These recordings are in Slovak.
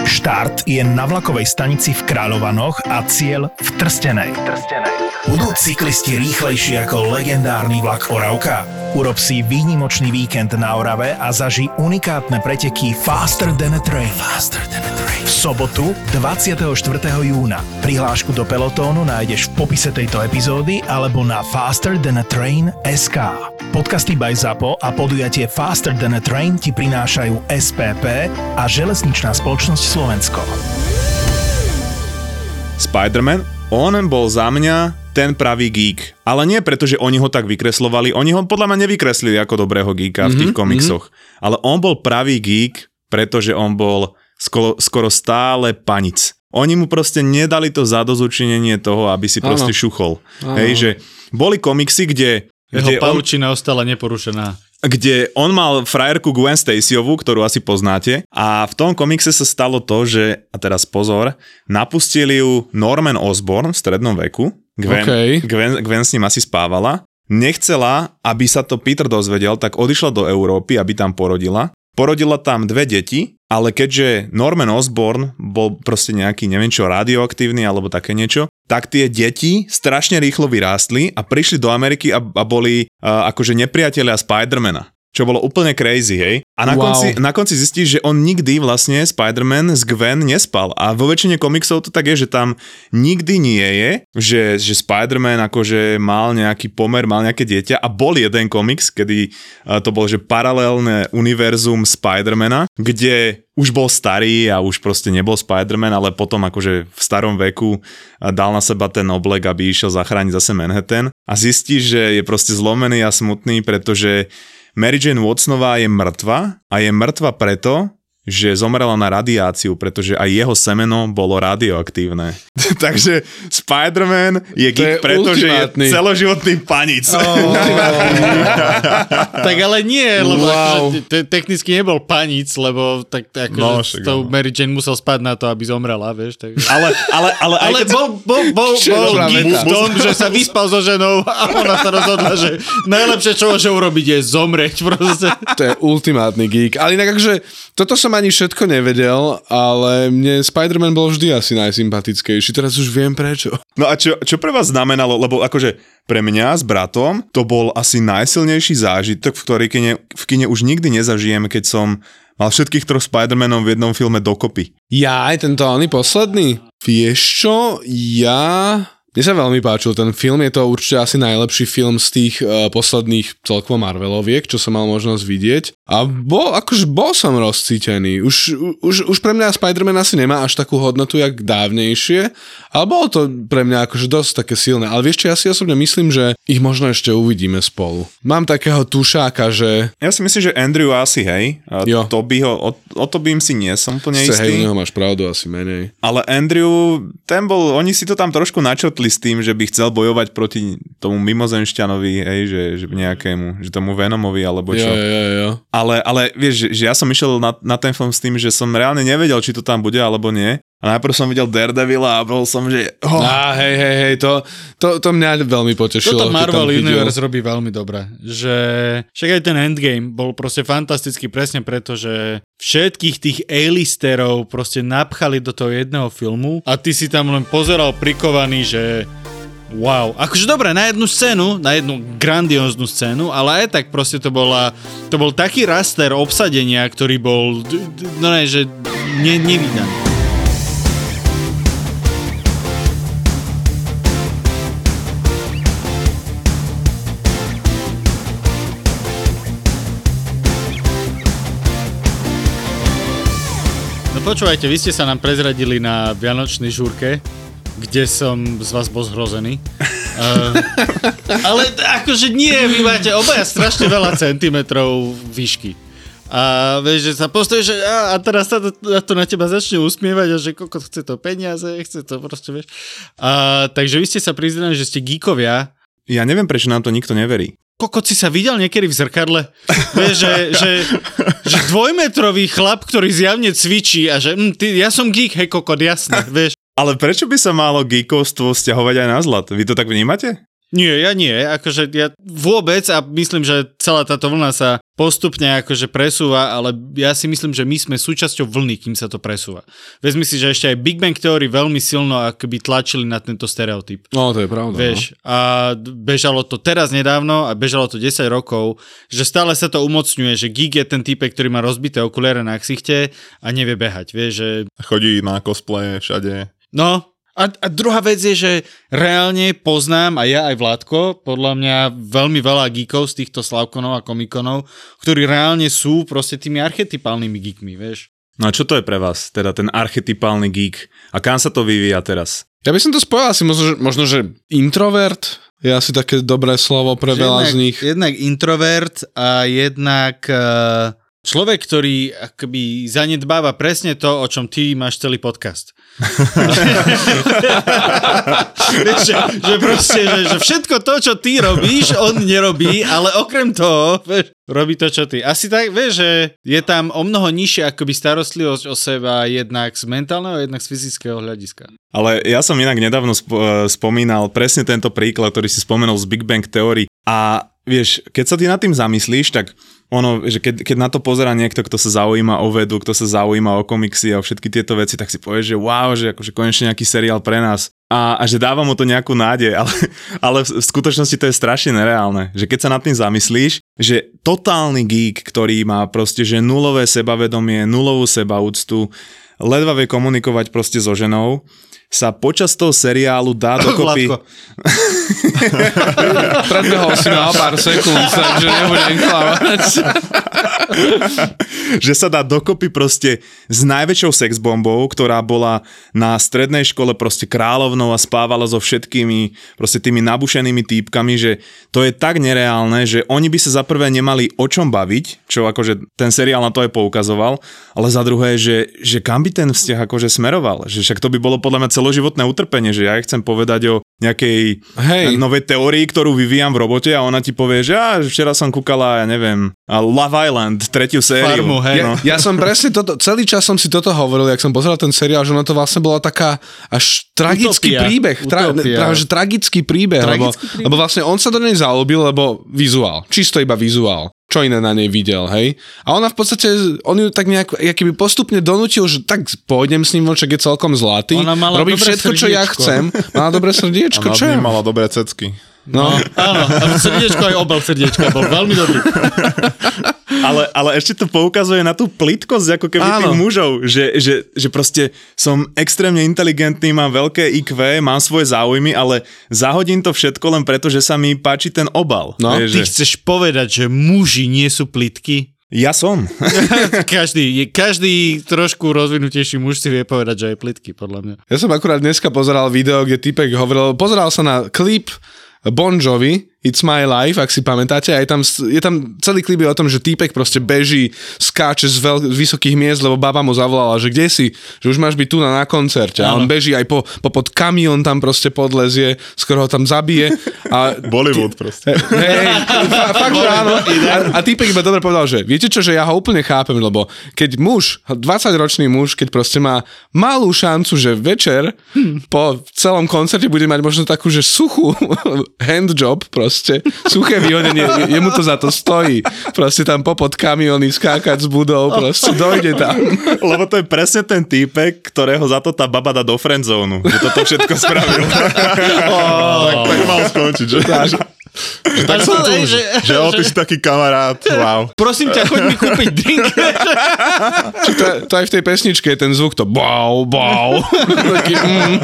Štart je na vlakovej stanici v Kráľovanoch a cieľ v Trstenej. Budú cyklisti rýchlejší ako legendárny vlak Oravka? Urob si výnimočný víkend na Orave a zaži unikátne preteky Faster than a Train. V sobotu 24. júna. Prihlášku do pelotónu nájdeš v popise tejto epizódy alebo na fasterthanatrain.sk. Podcasty by ZAPO a podujatie Faster than a Train ti prinášajú SPP a Železničná spoločnosť Slovensko. Spider-Man, on bol za mňa ten pravý geek. Ale nie preto, že oni ho tak vykreslovali, oni ho podľa mňa nevykreslili ako dobrého geeka v tých komiksoch. Ale on bol pravý geek, pretože on bol skoro stále panic. Oni mu proste nedali to zadozučinenie toho, aby si proste šuchol. Hej, že boli komiksy, kde jeho pavučina ostala neporušená. Kde on mal frajerku Gwen Stacyovú, ktorú asi poznáte, a v tom komikse sa stalo to, že, a teraz pozor, napustili ju Norman Osborn v strednom veku, Gwen s ním asi spávala, nechcela, aby sa to Peter dozvedel, tak odišla do Európy, aby tam porodila. Porodila tam 2 deti, ale keďže Norman Osborn bol proste nejaký, neviem čo, radioaktívny alebo také niečo, tak tie deti strašne rýchlo vyrástli a prišli do Ameriky a boli akože nepriatelia Spidermana. Čo bolo úplne crazy, hej? A na konci zistíš, že on nikdy vlastne Spider-Man s Gwen nespal. A vo väčšine komiksov to tak je, že tam nikdy nie je, že Spider-Man akože mal nejaký pomer, mal nejaké dieťa. A bol jeden komiks, kedy to bolo, že paralelné univerzum Spider-Mana, kde už bol starý a už proste nebol Spider-Man, ale potom akože v starom veku dal na seba ten oblek, aby išiel zachrániť zase Manhattan. A zistíš, že je proste zlomený a smutný, pretože Mary Jane Watsonová je mŕtva a je mŕtva preto, že zomrela na radiáciu, pretože aj jeho semeno bolo radioaktívne. Takže Spider-Man je geek, pretože je celoživotný panic. Tak ale nie, lebo technicky nebol panic, lebo tak akože tou Mary Jane musel spať na to, aby zomrela, vieš. Tak... Ale bol geek v tom, že sa vyspal so ženou a ona sa rozhodla, že najlepšie, čo môže urobiť, je zomrieť proste. To je ultimátny geek. Ale inak akože toto som ani všetko nevedel, ale mne Spider-Man bol vždy asi najsympatickejší. Teraz už viem prečo. No a čo pre vás znamenalo, lebo akože pre mňa s bratom to bol asi najsilnejší zážitok, v ktorý v kine už nikdy nezažijem, keď som mal všetkých 3 Spider-Manov v jednom filme dokopy. Ja aj tento posledný. Vieš čo? Mne sa veľmi páčil ten film, je to určite asi najlepší film z tých posledných celkovo Marveloviek, čo som mal možnosť vidieť. A bol som rozcítený. Už pre mňa Spider-Man asi nemá až takú hodnotu, jak dávnejšie, ale bolo to pre mňa akože dosť také silné. Ale vieš čo, ja si osobne myslím, že ich možno ešte uvidíme spolu. Mám takého tušáka, že... Ja si myslím, že Andrew asi, hej. To by ho, o to by im si nie som úplne istý. Hej, u neho máš pravdu, asi menej. Ale Andrew, oni si to tam trošku načrtli s tým, že by chcel bojovať proti tomu mimozemšťanovi, hej, že nejakému, že tomu Venomovi, alebo čo. Jo. Ale vieš, že ja som išiel na ten film s tým, že som reálne nevedel, či to tam bude, alebo nie. A najprv som videl Daredevila a bol som, že... Hej, to mňa veľmi potešilo. Toto Marvel Universe robí veľmi dobre. Že však aj ten Endgame bol proste fantastický presne preto, že všetkých tých A-listerov proste napchali do toho jedného filmu a ty si tam len pozeral prikovaný, že... Wow, akože dobre, na jednu grandióznu scénu, ale aj tak proste to bol taký raster obsadenia, ktorý bol, že nevídaný. No počúvajte, vy ste sa nám prezradili na vianočnej žúrke, kde som z vás bol zhrozený. Ale akože nie, vy máte obaja strašne veľa centimetrov výšky. A vieš, že sa postojí, že a teraz sa to na teba začne usmievať a že kokot chce to peniaze, chce to proste, vieš. Takže vy ste sa priznali, že ste geekovia. Ja neviem, prečo nám to nikto neverí. Kokot, si sa videl niekedy v zrkadle? Vieš, že 2-metrový chlap, ktorý zjavne cvičí a že ja som geek, hej kokot, jasné, vieš. Ale prečo by sa malo geekovstvo vzťahovať aj na zlat? Vy to tak vnímate? Nie, ja nie, akože ja vôbec a myslím, že celá táto vlna sa postupne akože presúva, ale ja si myslím, že my sme súčasťou vlny, kým sa to presúva. Vezmi si, že ešte aj Big Bang Theory veľmi silno akoby tlačili na tento stereotyp. No, to je pravda. Vieš, a bežalo to teraz nedávno a bežalo to 10 rokov, že stále sa to umocňuje, že geek je ten typek, ktorý má rozbité okuliare na ksichte a nevie behať, vieš, že... Chodí na cosplay všade. No, a druhá vec je, že reálne poznám, a ja aj Vládko, podľa mňa veľmi veľa geekov z týchto Slavkonov a Komikonov, ktorí reálne sú proste tými archetypálnymi geekmi, vieš. No a čo to je pre vás, teda ten archetypálny geek? A kam sa to vyvíja teraz? Ja by som to spojil asi možno, že introvert je asi také dobré slovo pre veľa z nich. Jednak introvert a jednak... človek, ktorý akoby zanedbáva presne to, o čom ty máš celý podcast. Vieš, že proste, že všetko to, čo ty robíš, on nerobí, ale okrem toho, vieš, robí to, čo ty. Asi tak, vieš, že je tam o mnoho nižšia akoby starostlivosť o seba jednak z mentálneho, jednak z fyzického hľadiska. Ale ja som inak nedávno spomínal presne tento príklad, ktorý si spomenul z Big Bang Theory a vieš, keď sa ty nad tým zamyslíš, tak ono, že keď na to pozerá niekto, kto sa zaujíma o vedu, kto sa zaujíma o komiksy a o všetky tieto veci, tak si povieš, že wow, že akože konečne nejaký seriál pre nás. A že dáva mu to nejakú nádej, ale v skutočnosti to je strašne nereálne. Že keď sa nad tým zamyslíš, že totálny geek, ktorý má proste, že nulové sebavedomie, nulovú sebaúctu, ledva vie komunikovať proste so ženou, sa počas toho seriálu dá dokopy... Predbehol si na pár sekúnd, takže nebudem klamať. Že sa dá dokopy proste s najväčšou sexbombou, ktorá bola na strednej škole proste kráľovnou a spávala so všetkými proste tými nabušenými týpkami, že to je tak nereálne, že oni by sa za prvé nemali o čom baviť, čo akože ten seriál na to aj poukazoval, ale za druhé, že kam by ten vzťah akože smeroval, že však to by bolo podľa mňa celoživotné utrpenie, že ja chcem povedať o nejakej novej teórii, ktorú vyvíjam v robote a ona ti povie, že včera som kúkala, ja neviem, Love Island, 3. sériu. Farmu, hej. No. Ja som presne celý čas som si toto hovoril, jak som pozeral ten seriál, že ono to vlastne bola taká až tragický príbeh. Práve, že tragický príbeh, lebo vlastne on sa do nej zaľúbil, lebo vizuál, čisto iba vizuál. Čo iné na nej videl, hej? A ona v podstate, on ju tak nejak, akýby postupne donútil, že tak pôjdem s ním, však je celkom zlatý, robí všetko, čo ja chcem, mala dobré srdiečko, čo je? Mala dobré cecky. No. Áno, ale srdiečko aj obal srdiečka bol veľmi dobrý. Ale ešte to poukazuje na tú plytkosť ako keby tých mužov, že proste som extrémne inteligentný, mám veľké IQ, mám svoje záujmy, ale zahodím to všetko len preto, že sa mi páči ten obal. No, ty chceš povedať, že muži nie sú plitky? Ja som. Každý trošku rozvinutejší muž si vie povedať, že je plitky, podľa mňa. Ja som akurát dneska pozeral video, kde typek pozeral sa na klip Bon Jovi, It's My Life, ak si pamätáte, a je tam celý klip o tom, že týpek proste beží, skáče z vysokých miest, lebo baba mu zavolala, že kde si, že už máš byť tu na koncerte. A on beží aj pod kamión tam proste podlezie, skoro ho tam zabije. Bollywood proste. Fakt, že áno. A týpek iba dobre povedal, že viete čo, že ja ho úplne chápem, lebo keď muž, 20-ročný muž, keď proste má malú šancu, že večer po celom koncerte bude mať možno takú, že suchú handjob proste, suché vyhodenie, jemu to za to stojí. Proste tam popod kamióny skákať z budov, proste dojde tam. Lebo to je presne ten týpek, ktorého za to tá baba dá do friendzónu. Že toto všetko spravil. Tak mal skončiť, že? Tak som tu, že ty si taký kamarát, wow. Prosím ťa, choď mi kúpiť drink. To aj v tej pesničke je ten zvuk, to bau. Taký,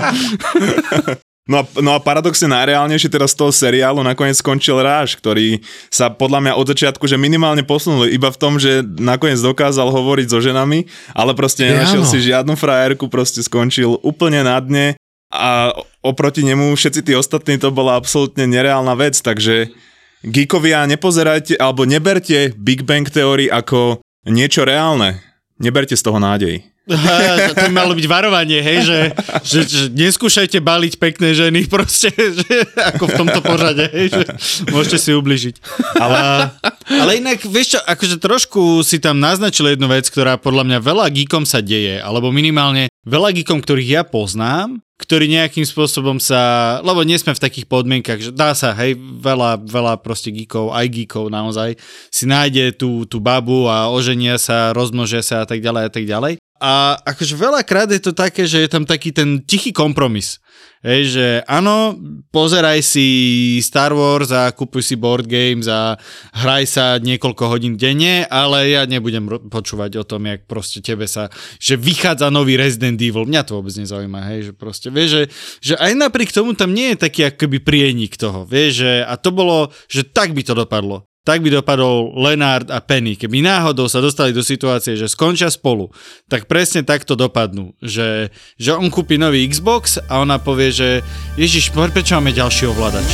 No a paradoxne najreálnejšie teraz z toho seriálu nakoniec skončil Ráž, ktorý sa podľa mňa od začiatku, že minimálne posunul iba v tom, že nakoniec dokázal hovoriť so ženami, ale proste nenašiel si žiadnu frajerku, proste skončil úplne na dne a oproti nemu všetci tí ostatní to bola absolútne nereálna vec, takže geekovia nepozerajte, alebo neberte Big Bang Theory ako niečo reálne. Neberte z toho nádej. To malo byť varovanie, hej, že neskúšajte baliť pekné ženy proste, že ako v tomto pořade, hej, že môžete si ubližiť. Ale inak, vieš čo, akože trošku si tam naznačil jednu vec, ktorá podľa mňa veľa geekom sa deje, alebo minimálne veľa geekom, ktorých ja poznám, ktorí nejakým spôsobom sa, lebo nie sme v takých podmienkach, že dá sa, hej, veľa proste geekov, aj geekov naozaj, si nájde tú babu a oženia sa, rozmnožia sa a tak ďalej. A akože veľakrát je to také, že je tam taký ten tichý kompromis. Hej, že áno, pozeraj si Star Wars a kúpuj si board games a hraj sa niekoľko hodín denne, ale ja nebudem počúvať o tom, jak proste tebe sa, že vychádza nový Resident Evil. Mňa to vôbec nezaujíma, hej, že proste, vieš, že aj napriek tomu tam nie je taký akoby prienik toho, vieš, že a to bolo, že tak by to dopadlo. Tak by dopadol Leonard a Penny. Keby náhodou sa dostali do situácie, že skončia spolu, tak presne takto dopadnú. Že on kúpi nový Xbox a ona povie, že Ježiš, prečo máme ďalší ovládač?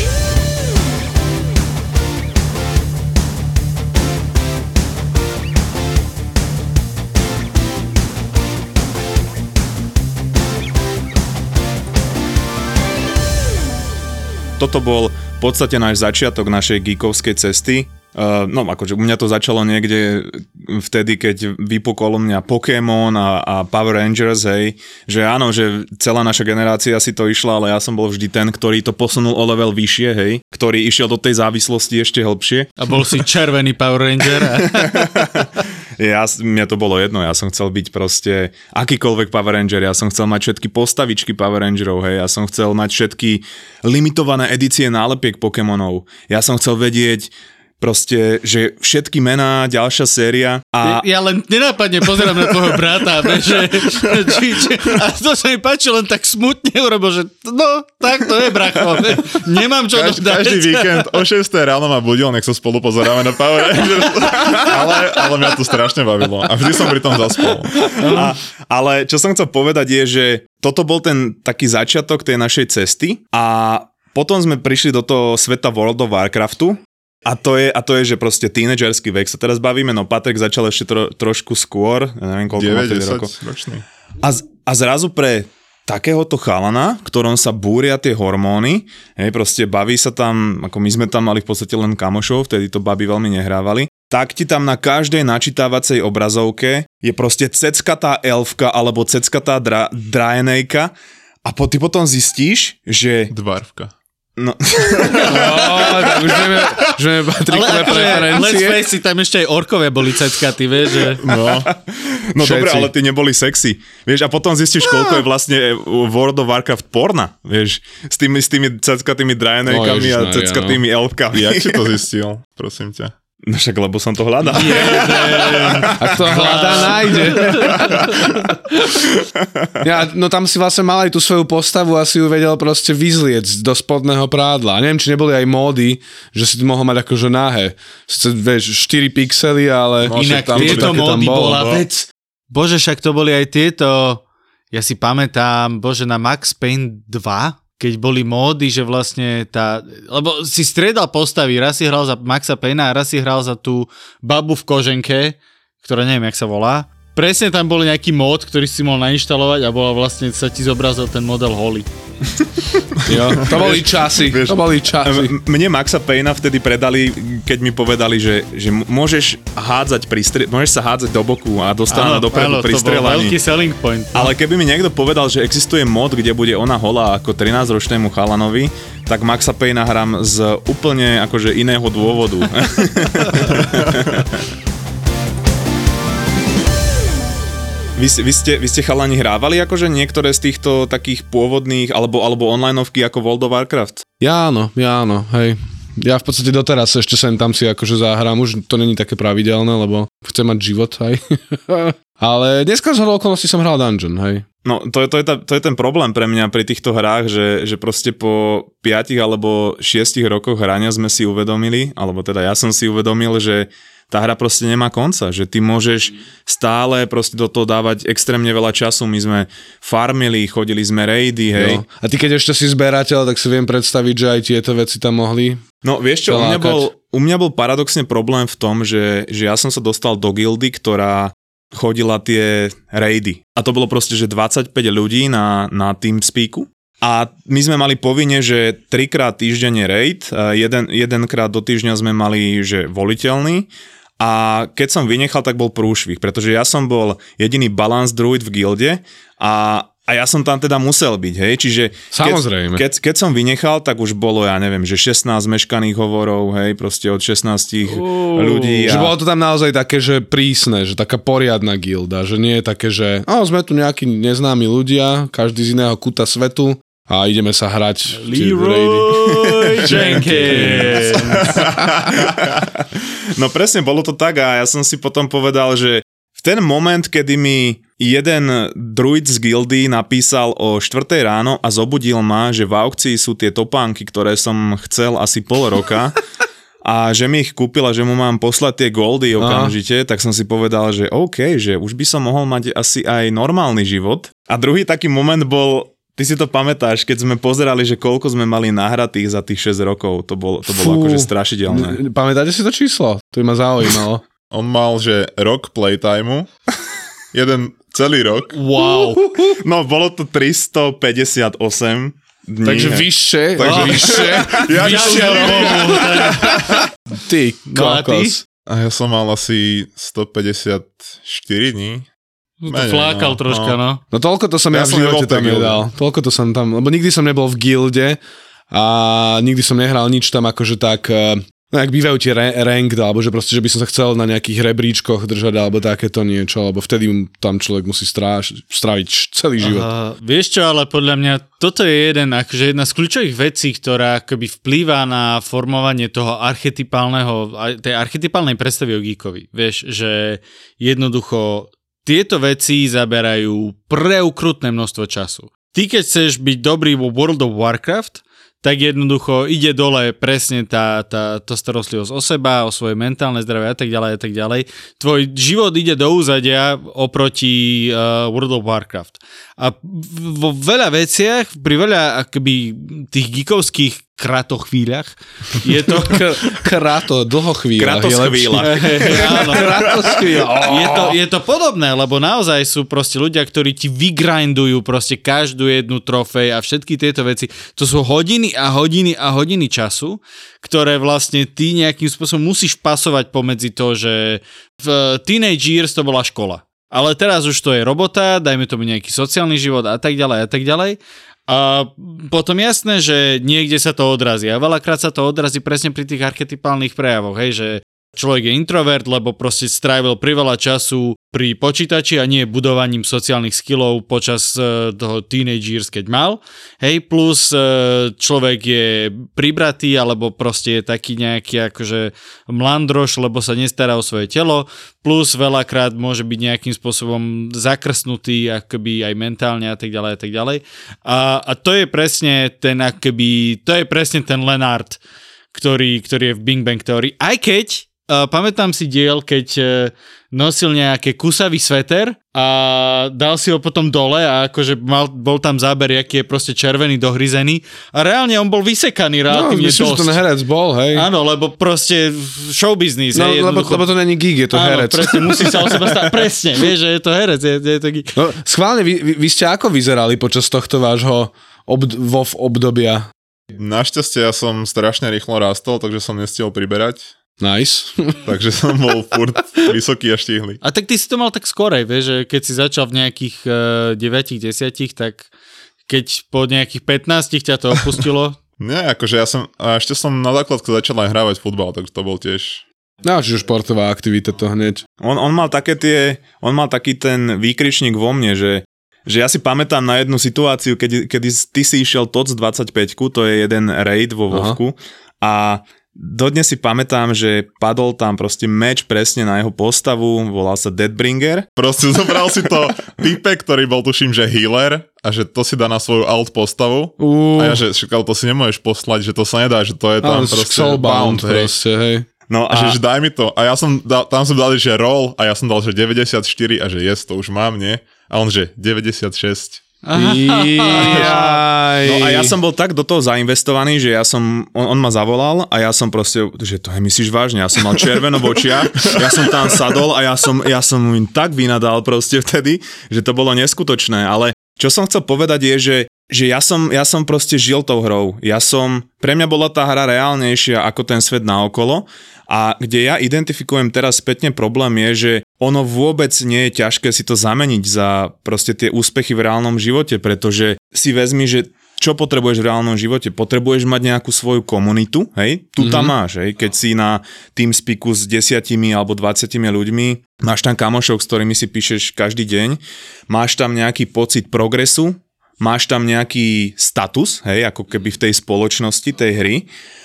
Toto bol v podstate náš začiatok našej geekovskej cesty. No akože u mňa to začalo niekde vtedy, keď vypukol u mňa Pokémon a Power Rangers, hej, že áno, že celá naša generácia si to išla, ale ja som bol vždy ten, ktorý to posunul o level vyššie, hej, ktorý išiel do tej závislosti ešte hlbšie. A bol si červený Power Ranger. Mne to bolo jedno, ja som chcel byť proste akýkoľvek Power Ranger, ja som chcel mať všetky postavičky Power Rangerov, hej, ja som chcel mať všetky limitované edície nálepiek Pokémonov, ja som chcel vedieť proste, že všetky mená, ďalšia séria a... Ja len nenápadne pozerám na tvojho brata, že a to sa mi páči, len tak smutne urobil, že no, tak to je, bracho. Nemám čo dodať. Každý víkend o 6 ráno ma budil, nech sa spolu pozeráme na Power Rangers. ale mňa to strašne bavilo a vždy som pri tom zaspal. Ale čo som chcel povedať je, že toto bol ten taký začiatok tej našej cesty a potom sme prišli do toho sveta World of Warcraftu. A to je, že proste tínedžerský vek sa teraz bavíme, no Patrik začal ešte trošku skôr, ja neviem koľko má 5 rokov. Ročný. A zrazu pre takéhoto chalana, ktorom sa búria tie hormóny, hej, proste baví sa tam, ako my sme tam mali v podstate len kamošov, vtedy to baby veľmi nehrávali, tak ti tam na každej načítavacej obrazovke je proste ceckatá elfka alebo ceckatá drajenejka a ty potom zistíš, že... Dvarfka. No, tak už vieme Patrikové preferencie. Let's face it, tam ešte aj orkovia boli ceckatí, vieš, že... No dobre, ale ty neboli sexy. Vieš, a potom zistíš, koľko je vlastne World of Warcraft porna, vieš, s tými ceckatými drajenejkami a ceckatými elfkami. Jak si to zistil, prosím ťa? No však, lebo som to hľadal. Ak to hľadá, nájde. Ja, no tam si vlastne mal aj tú svoju postavu a si ju vedel proste vyzliec do spodného prádla. A neviem, či neboli aj módy, že si to mohol mať akože náhe. Sice, vieš, 4 pixely, ale... Inak tieto módy bola vec. Bože, však to boli aj tieto... Ja si pamätám, bože, na Max Payne 2... keď boli módy, že vlastne lebo si striedal postavy, raz si hral za Maxa Payna a raz si hral za tú babu v koženke, ktorá neviem, jak sa volá. Presne tam bol nejaký mód, ktorý si mohol nainštalovať a bola vlastne sa ti zobrazil ten model holly. Jo, to boli časy. Mne Maxa Payna vtedy predali, keď mi povedali, že môžeš sa hádzať do boku a dostanú dopredu pri strelaní. To bol veľký selling point. No. Ale keby mi niekto povedal, že existuje mod, kde bude ona holá ako 13-ročnému chalanovi, tak Maxa Payna hrám z úplne akože iného dôvodu. Vy ste chalani hrávali akože niektoré z týchto takých pôvodných alebo onlineovky ako World of Warcraft? Ja áno, hej. Ja v podstate doteraz ešte sem tam si akože zahrám, už to není také pravidelné, lebo chcem mať život, hej. Ale dneska z okolností som hral Dungeon, hej. No, to je ten problém pre mňa pri týchto hrách, že proste po 5 alebo 6 rokoch hrania sme si uvedomili, alebo teda ja som si uvedomil, že tá hra proste nemá konca, že ty môžeš stále proste do toho dávať extrémne veľa času. My sme farmili, chodili sme raidy, hej. Jo. A ty keď ešte si zberateľ, tak si viem predstaviť, že aj tieto veci tam mohli. No vieš čo, u mňa bol paradoxne problém v tom, že ja som sa dostal do gildy, ktorá chodila tie raidy. A to bolo proste, že 25 ľudí na TeamSpeaku. A my sme mali povinne, že 3-krát týždenne raid, jedenkrát do týždňa sme mali, že voliteľný. A keď som vynechal, tak bol prúšvih, pretože ja som bol jediný balance druid v gilde a A ja som tam teda musel byť, hej, čiže samozrejme. Keď som vynechal, tak už bolo, ja neviem, že 16 meškaných hovorov, hej, proste od 16 ľudí. Že bolo to tam naozaj také, že prísne, že taká poriadna gilda, že nie je také, že sme tu nejakí neznámi ľudia, každý z iného kúta svetu a ideme sa hrať. Leroy Jenkins. No presne, bolo to tak a ja som si potom povedal, že v ten moment, kedy mi jeden druid z gildy napísal o 4 ráno a zobudil ma, že v aukcii sú tie topánky, ktoré som chcel asi pol roka a že mi ich kúpil a že mu mám poslať tie goldy okamžite, tak som si povedal, že OK, že už by som mohol mať asi aj normálny život. A druhý taký moment bol, ty si to pamätáš, keď sme pozerali, že koľko sme mali nahratých za tých 6 rokov, to bolo akože strašidelné. Pamätáte si to číslo? To by ma zaujímalo. On mal, že rok playtimeu, jeden celý rok. Wow. No, bolo to 358 dní. Takže vyššie. Takže vyššie. Ty kokos. A ja som mal asi 154 dní. Flákal troška, no. No toľko to som ja v živote tam nedal. Toľko to som tam, lebo nikdy som nebol v gilde a nikdy som nehral nič tam akože tak... No, ak bývajú tie ranked, alebo že proste, že by som sa chcel na nejakých rebríčkoch držať, alebo takéto niečo, lebo vtedy tam človek musí stráviť celý život. Vieš čo, ale podľa mňa toto je akože jedna z kľúčových vecí, ktorá akoby vplýva na formovanie toho tej archetypálnej predstavy o geekovi. Vieš, že jednoducho tieto veci zaberajú preukrutné množstvo času. Ty, keď chceš byť dobrý vo World of Warcraft, tak jednoducho ide dole presne tá starostlivosť o seba, o svoje mentálne zdravie a tak ďalej. Tvoj život ide do úzadia oproti World of Warcraft. A vo veľa veciach, pri veľa akoby tých geekovských kratochvíľach je to... Dlhochvíľach je lepšie. Je to podobné, lebo naozaj sú proste ľudia, ktorí ti vygrindujú proste každú jednu trofej a všetky tieto veci. To sú hodiny a hodiny a hodiny času, ktoré vlastne ty nejakým spôsobom musíš pasovať pomedzi to, že v teenage years to bola škola. Ale teraz už to je robota, dajme tomu nejaký sociálny život a tak ďalej a tak ďalej. A potom jasné, že niekde sa to odrazí. A veľakrát sa to odrazí presne pri tých archetypálnych prejavoch, hej, že človek je introvert, lebo proste strávil priveľa času pri počítači a nie budovaním sociálnych skillov počas toho teenage years, keď mal. Hej, plus človek je pribratý, alebo proste je taký nejaký akože mlandroš, lebo sa nestará o svoje telo, plus veľakrát môže byť nejakým spôsobom zakrsnutý akoby aj mentálne a tak ďalej a tak ďalej. A to je presne ten akoby, to je presne ten Leonard, ktorý je v Big Bang Theory. Aj keď pamätám si diel, keď nosil nejaký kusavý sveter a dal si ho potom dole a akože bol tam záber, aký je proste červený, dohryzený a reálne on bol vysekaný relatívne dosť. No, myslím, že ten herec bol, hej. Áno, lebo proste show business. No, lebo to není geek, je to herec. Áno, presne, musí sa o seba stať. Presne, vieš, že je to herec, je to geek. No, schválne, vy ste ako vyzerali počas tohto vášho obdobia? Našťastie ja som strašne rýchlo rástol, takže som nestihol priberať. Nice. Takže som bol furt vysoký a štíhly. A tak ty si to mal tak skorej, vieš, že keď si začal v nejakých 9-10, tak keď po nejakých 15 ťa to opustilo? Nie, akože ešte som na základku začal aj hrávať futbal, takže to bol tiež... No, čiže športová aktivita to hneď. On mal taký ten výkričník vo mne, že ja si pamätám na jednu situáciu, kedy ty si išiel TOC 25, to je jeden raid vo Vovku a dodnes si pamätám, že padol tam proste meč presne na jeho postavu, volal sa Deadbringer. Proste zobral si to typek, ktorý bol tuším, že healer a že to si dá na svoju alt postavu. A ja, že to si nemôžeš poslať, že to sa nedá, že to je tam proste bound, hej. Proste, hej. No a že daj mi to. A ja som tam som dal, že roll a ja som dal, že 94 a že yes, to už mám, nie? A on, že 96. No a ja som bol tak do toho zainvestovaný, že on ma zavolal a ja som proste, že to myslíš vážne, ja som mal červeno v očiach, ja som tam sadol a ja som im tak vynadal proste vtedy, že to bolo neskutočné, ale čo som chcel povedať je, že že ja som proste žil tou hrou. Pre mňa bola tá hra reálnejšia ako ten svet naokolo a kde ja identifikujem teraz spätne problém je, že ono vôbec nie je ťažké si to zameniť za proste tie úspechy v reálnom živote, pretože si vezmi, že čo potrebuješ v reálnom živote? Potrebuješ mať nejakú svoju komunitu, hej? Tu tam máš, hej? Keď si na TeamSpeaku s 10 alebo 20 ľuďmi, máš tam kamošov, s ktorými si píšeš každý deň, máš tam nejaký pocit progresu, máš tam nejaký status, hej? Ako keby v tej spoločnosti, tej hry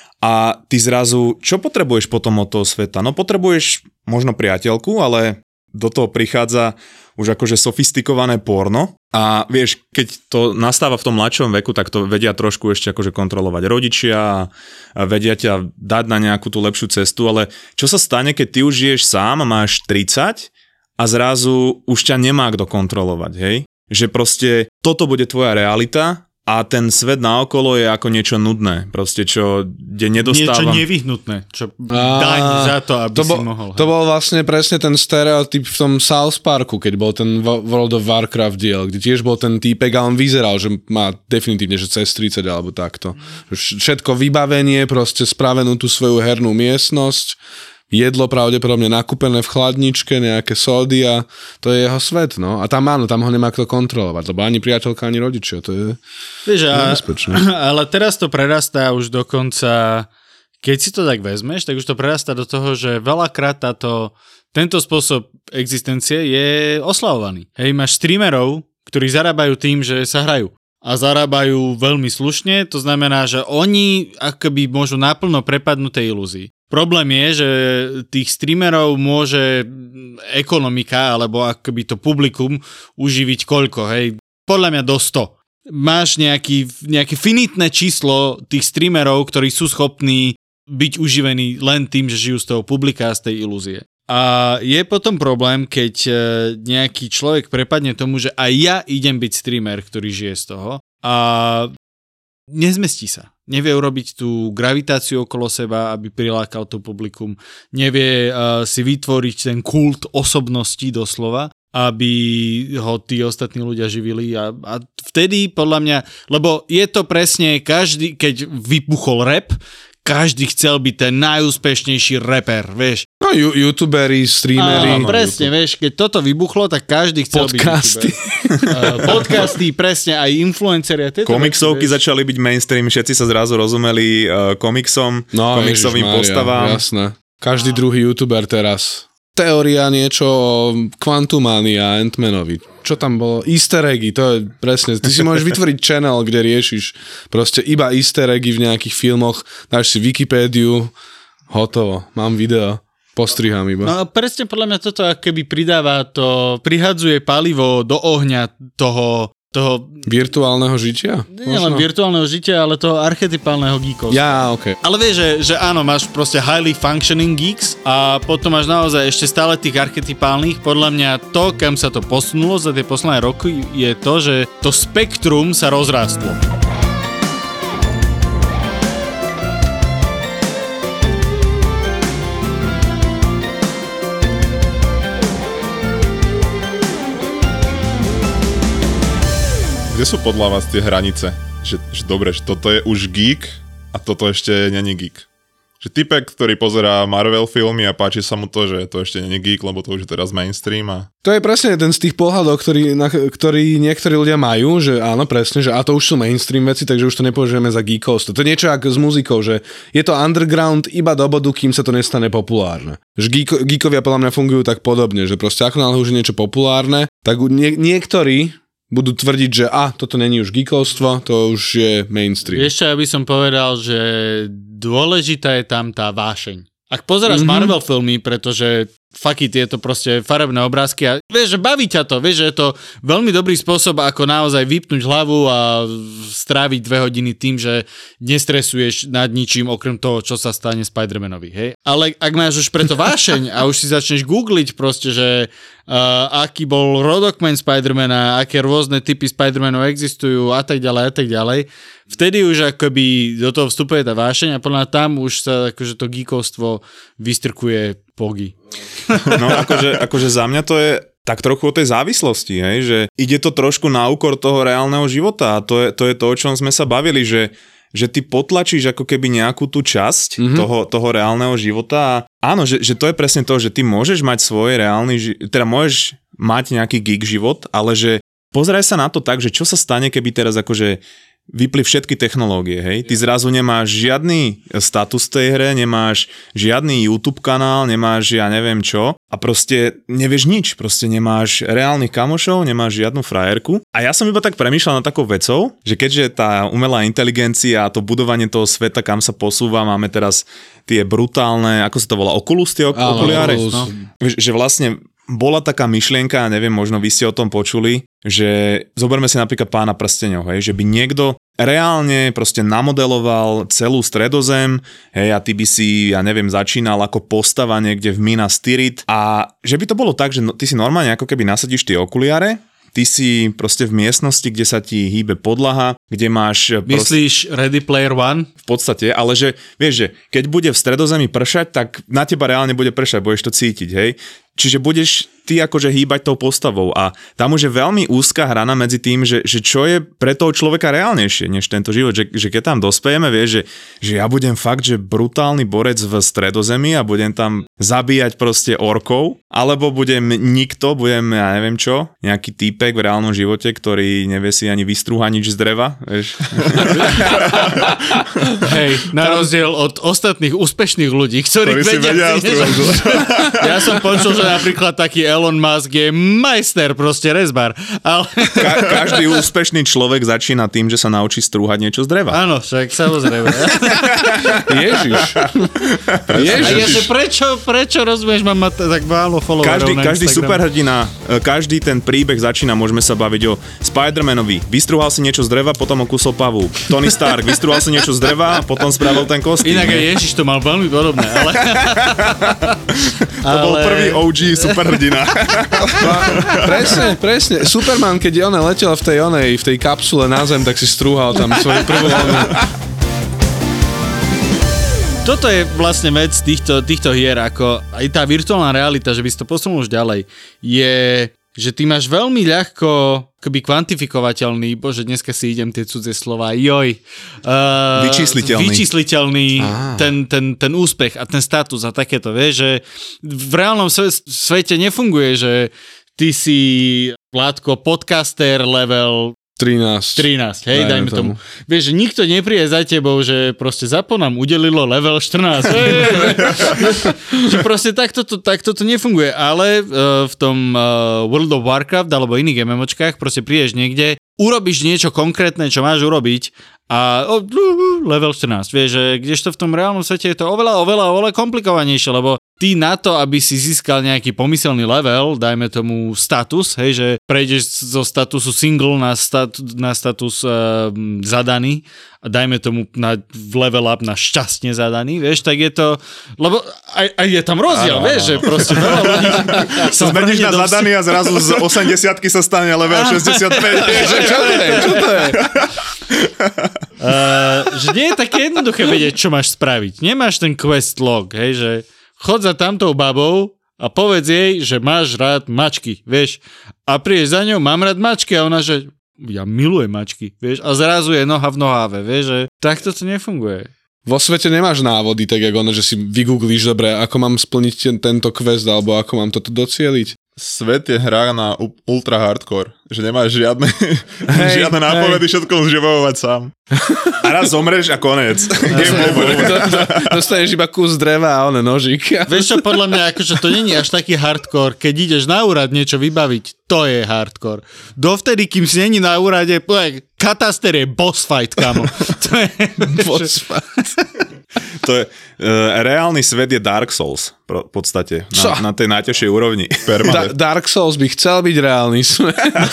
a ty zrazu, čo potrebuješ potom od toho sveta? No potrebuješ možno priateľku, ale do toho prichádza už akože sofistikované porno a vieš, keď to nastáva v tom mladšom veku, tak to vedia trošku ešte akože kontrolovať rodičia a vedia ťa dať na nejakú tú lepšiu cestu, ale čo sa stane, keď ty už žiješ sám a máš 30 a zrazu už ťa nemá kto kontrolovať, hej? Že proste toto bude tvoja realita a ten svet naokolo je ako niečo nudné, proste kde nedostávam... Niečo nevyhnutné, čo daň za to, aby si mohol. To bol vlastne presne ten stereotyp v tom South Parku, keď bol ten World of Warcraft diel, kde tiež bol ten týpek a on vyzeral, že má definitívne, že cez 30 alebo takto. Všetko vybavenie, proste spravenú tú svoju hernú miestnosť, jedlo pravdepodobne nakúpené v chladničke, nejaké sódy a to je jeho svet, no. A tam áno, tam ho nemá kto kontrolovať, lebo ani priateľka, ani rodičia, to je nebezpečné. Ale teraz to prerastá už dokonca, keď si to tak vezmeš, tak už to prerastá do toho, že veľakrát tento spôsob existencie je oslavovaný. Hej, máš streamerov, ktorí zarábajú tým, že sa hrajú. A zarábajú veľmi slušne, to znamená, že oni akoby môžu naplno prepadnúť tej ilúzii. Problém je, že tých streamerov môže ekonomika, alebo akoby to publikum uživiť koľko, hej? Podľa mňa do 100. Máš nejaké finitné číslo tých streamerov, ktorí sú schopní byť uživení len tým, že žijú z toho publika a z tej ilúzie. A je potom problém, keď nejaký človek prepadne tomu, že aj ja idem byť streamer, ktorý žije z toho a nezmestí sa. Nevie urobiť tú gravitáciu okolo seba, aby prilákal to publikum. Nevie si vytvoriť ten kult osobnosti doslova, aby ho tí ostatní ľudia živili. A vtedy podľa mňa, lebo je to presne keď vybuchol rap, každý chcel byť ten najúspešnejší rapper, vieš. No, youtuberi, streameri. Presne, vieš, keď toto vybuchlo, tak každý chcel podcasty. Byť youtuber. Podcasty, presne, aj influenceri. Komiksovky začali byť mainstream, všetci sa zrazu rozumeli komiksom, komiksovým postavám. Jasné. Každý druhý youtuber teraz. Teória niečo o Quantumania a Ant-Manovi. Čo tam bolo? Easter eggy, to je presne. Ty si môžeš vytvoriť channel, kde riešiš proste iba easter eggy v nejakých filmoch, dáš si Wikipédiu, hotovo, mám video, postriham iba. No presne podľa mňa toto akoby prihadzuje palivo do ohňa toho virtuálneho žitia? Nie len virtuálneho žitia, ale toho archetypálneho geekovstva. Ja, okej. Ale vieš, že áno, máš proste highly functioning geeks a potom máš naozaj ešte stále tých archetypálnych. Podľa mňa to, kam sa to posunulo za tie posledné roky, je to, že to spektrum sa rozrástlo. Kde sú podľa vás tie hranice? Že dobre, že toto je už geek a toto ešte není geek. Že typek, ktorý pozerá Marvel filmy a páči sa mu to, že to ešte není geek, lebo to už je teraz mainstream a... To je presne jeden z tých pohľadov, ktorý niektorí ľudia majú, že áno, presne, že a to už sú mainstream veci, takže už to nepovažujeme za geekovstvo. To je niečo ako s muzikou, že je to underground iba do bodu, kým sa to nestane populárne. Že geekovia podľa mňa fungujú tak podobne, že proste ako náhle už je niečo populárne, tak niektorí budú tvrdiť, že toto není už geekovstvo, to už je mainstream. Ešte aby som povedal, že dôležitá je tam tá vášeň. Ak pozeráš Marvel filmy, pretože fuck it, je to proste farebné obrázky a vieš, že baví ťa to, vieš, že je to veľmi dobrý spôsob, ako naozaj vypnúť hlavu a stráviť 2 hodiny tým, že nestresuješ nad ničím okrem toho, čo sa stane Spider-Manovi, hej? Ale ak máš už preto vášeň a už si začneš googliť proste, že aký bol rodokmeň Spider-Mana, aké rôzne typy Spider-Manov existujú a tak ďalej, vtedy už akoby do toho vstupuje tá vášeň a podľa tam už sa akože to geekovstvo vystrkuje pogy. No akože za mňa to je tak trochu o tej závislosti, hej, že ide to trošku na úkor toho reálneho života a to je to, o čom sme sa bavili, že ty potlačíš ako keby nejakú tú časť toho reálneho života a áno, že to je presne to, že ty môžeš mať svoj reálny teda môžeš mať nejaký gig život, ale že pozeraj sa na to tak, že čo sa stane, keby teraz akože vypli všetky technológie, hej? Ty zrazu nemáš žiadny status v tej hre, nemáš žiadny YouTube kanál, nemáš ja neviem čo a proste nevieš nič, proste nemáš reálnych kamošov, nemáš žiadnu frajerku. A ja som iba tak premýšľal nad takou vecou, že keďže tá umelá inteligencia a to budovanie toho sveta, kam sa posúva, máme teraz tie brutálne, ako sa to volá, Oculus, tie okuliare, no. Že vlastne bola taká myšlienka, neviem, možno vy ste o tom počuli, že zoberme si napríklad Pána prsteňov, hej, že by niekto reálne proste namodeloval celú Stredozem, hej, a ty by si, ja neviem, začínal ako postava niekde v Minas Tirith a že by to bolo tak, že ty si normálne ako keby nasadíš tie okuliare, ty si proste v miestnosti, kde sa ti hýbe podlaha, kde máš... Myslíš Ready Player One? V podstate, ale že, vieš, že keď bude v Stredozemi pršať, tak na teba reálne bude pršať, budeš to cítiť, hej? Čiže budeš ty akože hýbať tou postavou a tam už je veľmi úzka hrana medzi tým, že čo je pre toho človeka reálnejšie než tento život, že keď tam dospejeme, vieš, že ja budem fakt, že brutálny borec v Stredozemi a budem tam zabíjať proste orkov, alebo budem ja neviem čo, nejaký týpek v reálnom živote, ktorý nevie si ani vystrúhať nič z dreva, vieš. Hej, na rozdiel od ostatných úspešných ľudí, ktorí vedia Ja som počul, že napríklad taký Elon Musk je majster, proste rezbar. Ale... Každý úspešný človek začína tým, že sa naučí strúhať niečo z dreva. Áno, však samozrejme. Ježiš. Ježiš. Prečo rozumieš, mám tak málo followerov Každý superhrdina, každý ten príbeh začína, môžeme sa baviť o Spider-Manovi. Vystrúhal si niečo z dreva, potom ho kusol pavúk. Tony Stark vystrúhal si niečo z dreva, potom spravil ten kostým. Inak aj Ježiš to mal veľmi podobné, ale... To bol prvý OG superhrdina. Presne. Superman, keď letel v tej kapsule na zem, tak si strúhal tam svoju prvú Toto je vlastne vec týchto hier, ako aj tá virtuálna realita, že by si to posunul už ďalej, je, že ty máš veľmi ľahko akoby kvantifikovateľný, bože, dneska si idem tie cudzie slova, vyčísliteľný ten úspech a ten status a takéto, vieš, že v reálnom svete nefunguje, že ty si, Vládko, podcaster level 13, hej, dajme tomu. Vieš, že nikto nepríde za tebou, že proste ZAPO nám udelilo level 14. Že proste takto to nefunguje, ale v tom World of Warcraft alebo iných MMOčkách proste prídeš niekde, urobíš niečo konkrétne, čo máš urobiť a level 14. Vieš, že kdežto v tom reálnom svete je to oveľa komplikovanejšie, lebo ty na to, aby si získal nejaký pomyselný level, dajme tomu status, hej, že prejdeš zo statusu single na status zadaný a dajme tomu na level up na šťastne zadaný, vieš, tak je to, lebo aj je tam rozdiel, vieš, že proste veľa ľudí sa zmeníš na zadaný a zrazu z 80-ky sa stane level 65. Čo to je? Že nie je také jednoduché vedieť, čo máš spraviť. Nemáš ten quest log, hej, že chod za tamtou babou a povedz jej, že máš rád mačky, vieš. A prídeš za ňou, mám rád mačky a ona, že ja milujem mačky, vieš. A zrazu je noha v noháve, vieš, že takto to nefunguje. Vo svete nemáš návody, tak ako že si vygooglíš, dobre, ako mám splniť tento quest, alebo ako mám toto docieliť. Svet je hra na ultra hardcore, že nemáš žiadne nápovedy, všetko musíš vybavovať sám. A raz zomreš a konec. Dostaneš iba kus dreva a nožík. Vieš čo, podľa mňa, akože to není až taký hardcore, keď ideš na úrad niečo vybaviť, to je hardcore. Dovtedy, kým si není na úrade, kataster je boss fight, kamo. To je boss fight. To je, reálny svet je Dark Souls v podstate, na tej najťažšej úrovni. Dark Souls by chcel byť reálny svet.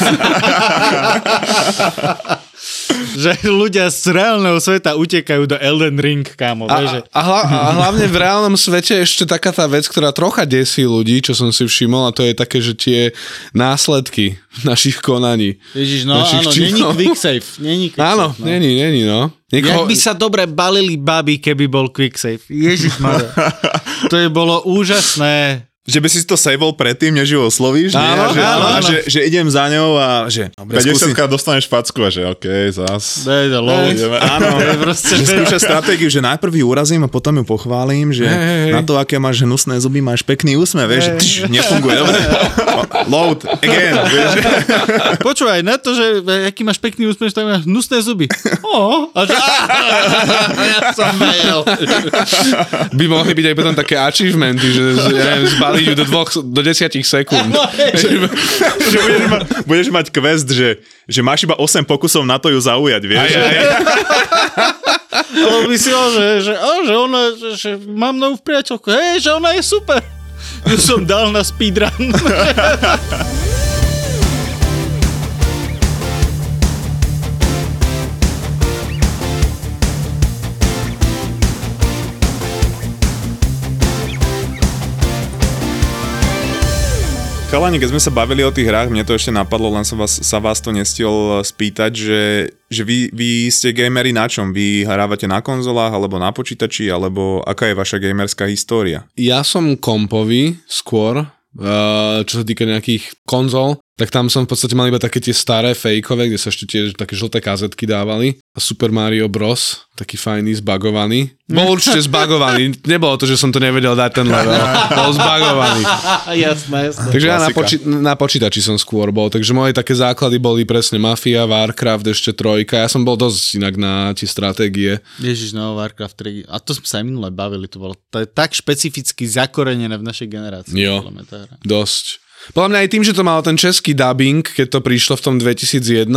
Že ľudia z reálneho sveta utekajú do Elden Ring, kámo. A hlavne v reálnom svete ešte taká tá vec, ktorá trocha desí ľudí, čo som si všimol, a to je také, že tie následky našich konaní. Ježiš, no áno, není quick save. Áno, není, no. Jak by sa dobre balili baby, keby bol quick save. Ježišmarja. To je bolo úžasné. Že by si to saveol predtým, než ju oslovíš, áno, nie? áno. Že idem za ňou a že... 50-krát dostaneš facku a že okej, zas. Áno, že skúšaš stratégiu, že najprv ju urazím a potom ju pochválim, že na to, aké máš hnusné zuby, máš pekný úsmev, vieš, že nefunguje, dobre? Load, again, vieš. Počúvaj, na to, že aký máš pekný úsmev, že tam máš hnusné zuby. Ja som vedel. By mohli byť aj potom také achievementy, že ja neviem, zbaliť ju do 10 sekúnd. Že budeš mať quest, že máš iba 8 pokusov na to ju zaujať, vieš? Ale myslel, že ona, že mám novú priateľku, že ona je super. Ju som dal na speedrun. Chalani, keď sme sa bavili o tých hrách, mne to ešte napadlo, len sa vás to nestihol spýtať, že vy ste gameri na čom? Vy hrávate na konzolách, alebo na počítači, alebo aká je vaša gamerská história? Ja som kompový skôr, čo sa týka nejakých konzol, tak tam som v podstate mal iba také tie staré fejkové, kde sa ešte tie také žlté kazetky dávali. A Super Mario Bros. Taký fajný, zbagovaný. Bol určite zbagovaný. Nebolo to, že som to nevedel dať ten level. Bol zbagovaný. Jasné. Takže ja na počítači som skôr bol. Takže moje také základy boli presne Mafia, Warcraft, ešte 3. Ja som bol dosť inak na tie stratégie. Ježiš, no Warcraft 3. A to sme sa aj minule bavili. To je tak špecificky zakorenené v našej generácii. Jo, dosť. Podľa mňa aj tým, že to malo ten český dubbing, keď to prišlo v tom 2001,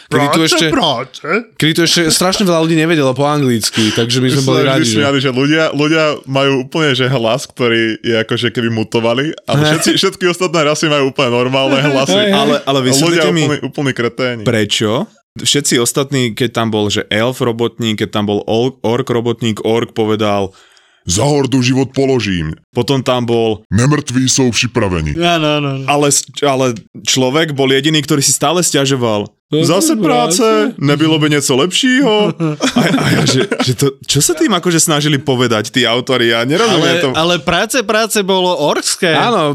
kedy tu ešte strašne veľa ľudí nevedelo po anglicky, takže my sme boli radi, že ľudia majú úplne že hlas, ktorý je akože keby mutovali, ale všetky ostatné rasy majú úplne normálne hlasy. Ale vysvetlite mi, úplný kreténi. Prečo? Všetci ostatní, keď tam bol, že elf robotník, keď tam bol ork robotník, ork povedal za hordu život položím. Potom tam bol nemrtví sú připravení. Áno. Ale človek bol jediný, ktorý si stále sťažoval. Zase práce, nebylo by niečo lepšího. A ja, že to, čo sa tým akože snažili povedať tí autori? Ja nerozumiem to. Ale práce bolo orkské. Áno,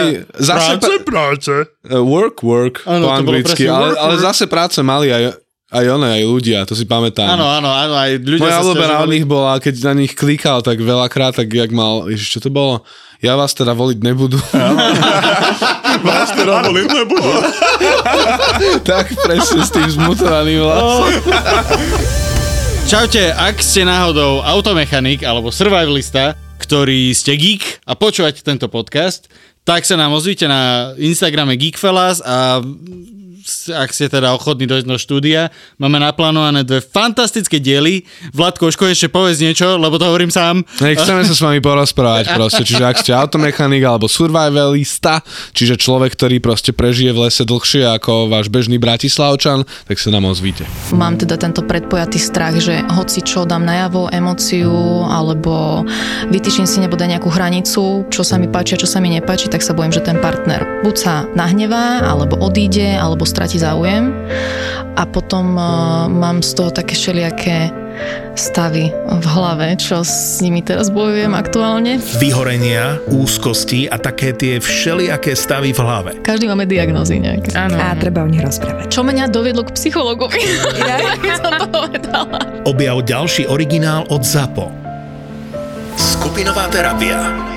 práce. Work, áno, po anglicky, ale zase práce mali aj ľudia, to si pamätám. Áno, aj ľudia moja sa obľúbená od nich bola, keď na nich klikal tak veľakrát, tak jak mal, čo to bolo? Ja vás teda voliť nebudú. Vás teda voliť nebudú. Tak presne s tým zmutovaným hlasom. Čaute, ak ste náhodou automechanik alebo survivalista, ktorý ste geek a počúvate tento podcast, tak sa nám ozvíte na Instagrame Geekfellas a ak ste teda ochotní dojsť do štúdia, máme naplánované 2 fantastické diely. Vladko, už konečne povedz niečo, lebo to hovorím sám. Chceme sa s vami porozprávať proste, čiže ak ste automechanik alebo survivalista, čiže človek, ktorý proste prežije v lese dlhšie ako váš bežný Bratislavčan, tak sa nám ozvíte. Mám teda tento predpojatý strach, že hoci čo dám najavo, emóciu, alebo vytýčim si nebude nejakú hranicu, čo sa mi páči a čo sa mi nepáči, tak sa bojím, že ten partner buď sa nahnevá, alebo odíde, alebo stratí záujem a potom mám z toho také všelijaké stavy v hlave, čo s nimi teraz bojujem aktuálne. Vyhorenia, úzkosti a také tie všelijaké stavy v hlave. Každý máme diagnózy nejaké. Áno. A treba o nich rozprávať. Čo mňa doviedlo k psychologovi? Ja som to povedala. Objav ďalší originál od ZAPO. Skupinová terapia.